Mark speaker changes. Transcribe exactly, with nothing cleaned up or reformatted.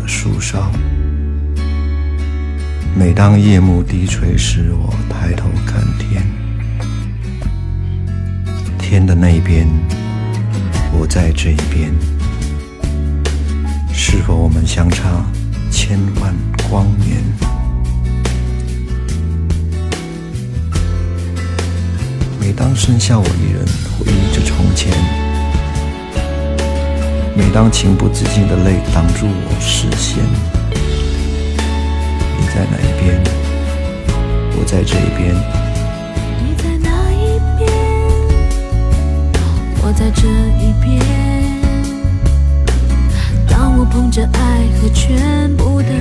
Speaker 1: 树梢。每当夜幕低垂时，我抬头看天，天的那边，我在这一边，是否我们相差千万光年？每当剩下我一人回忆着从前，每当情不自禁的泪挡住我视线，你在哪一边？我在这一边。
Speaker 2: 你在哪一边？我在这一边。当我捧着爱和全部的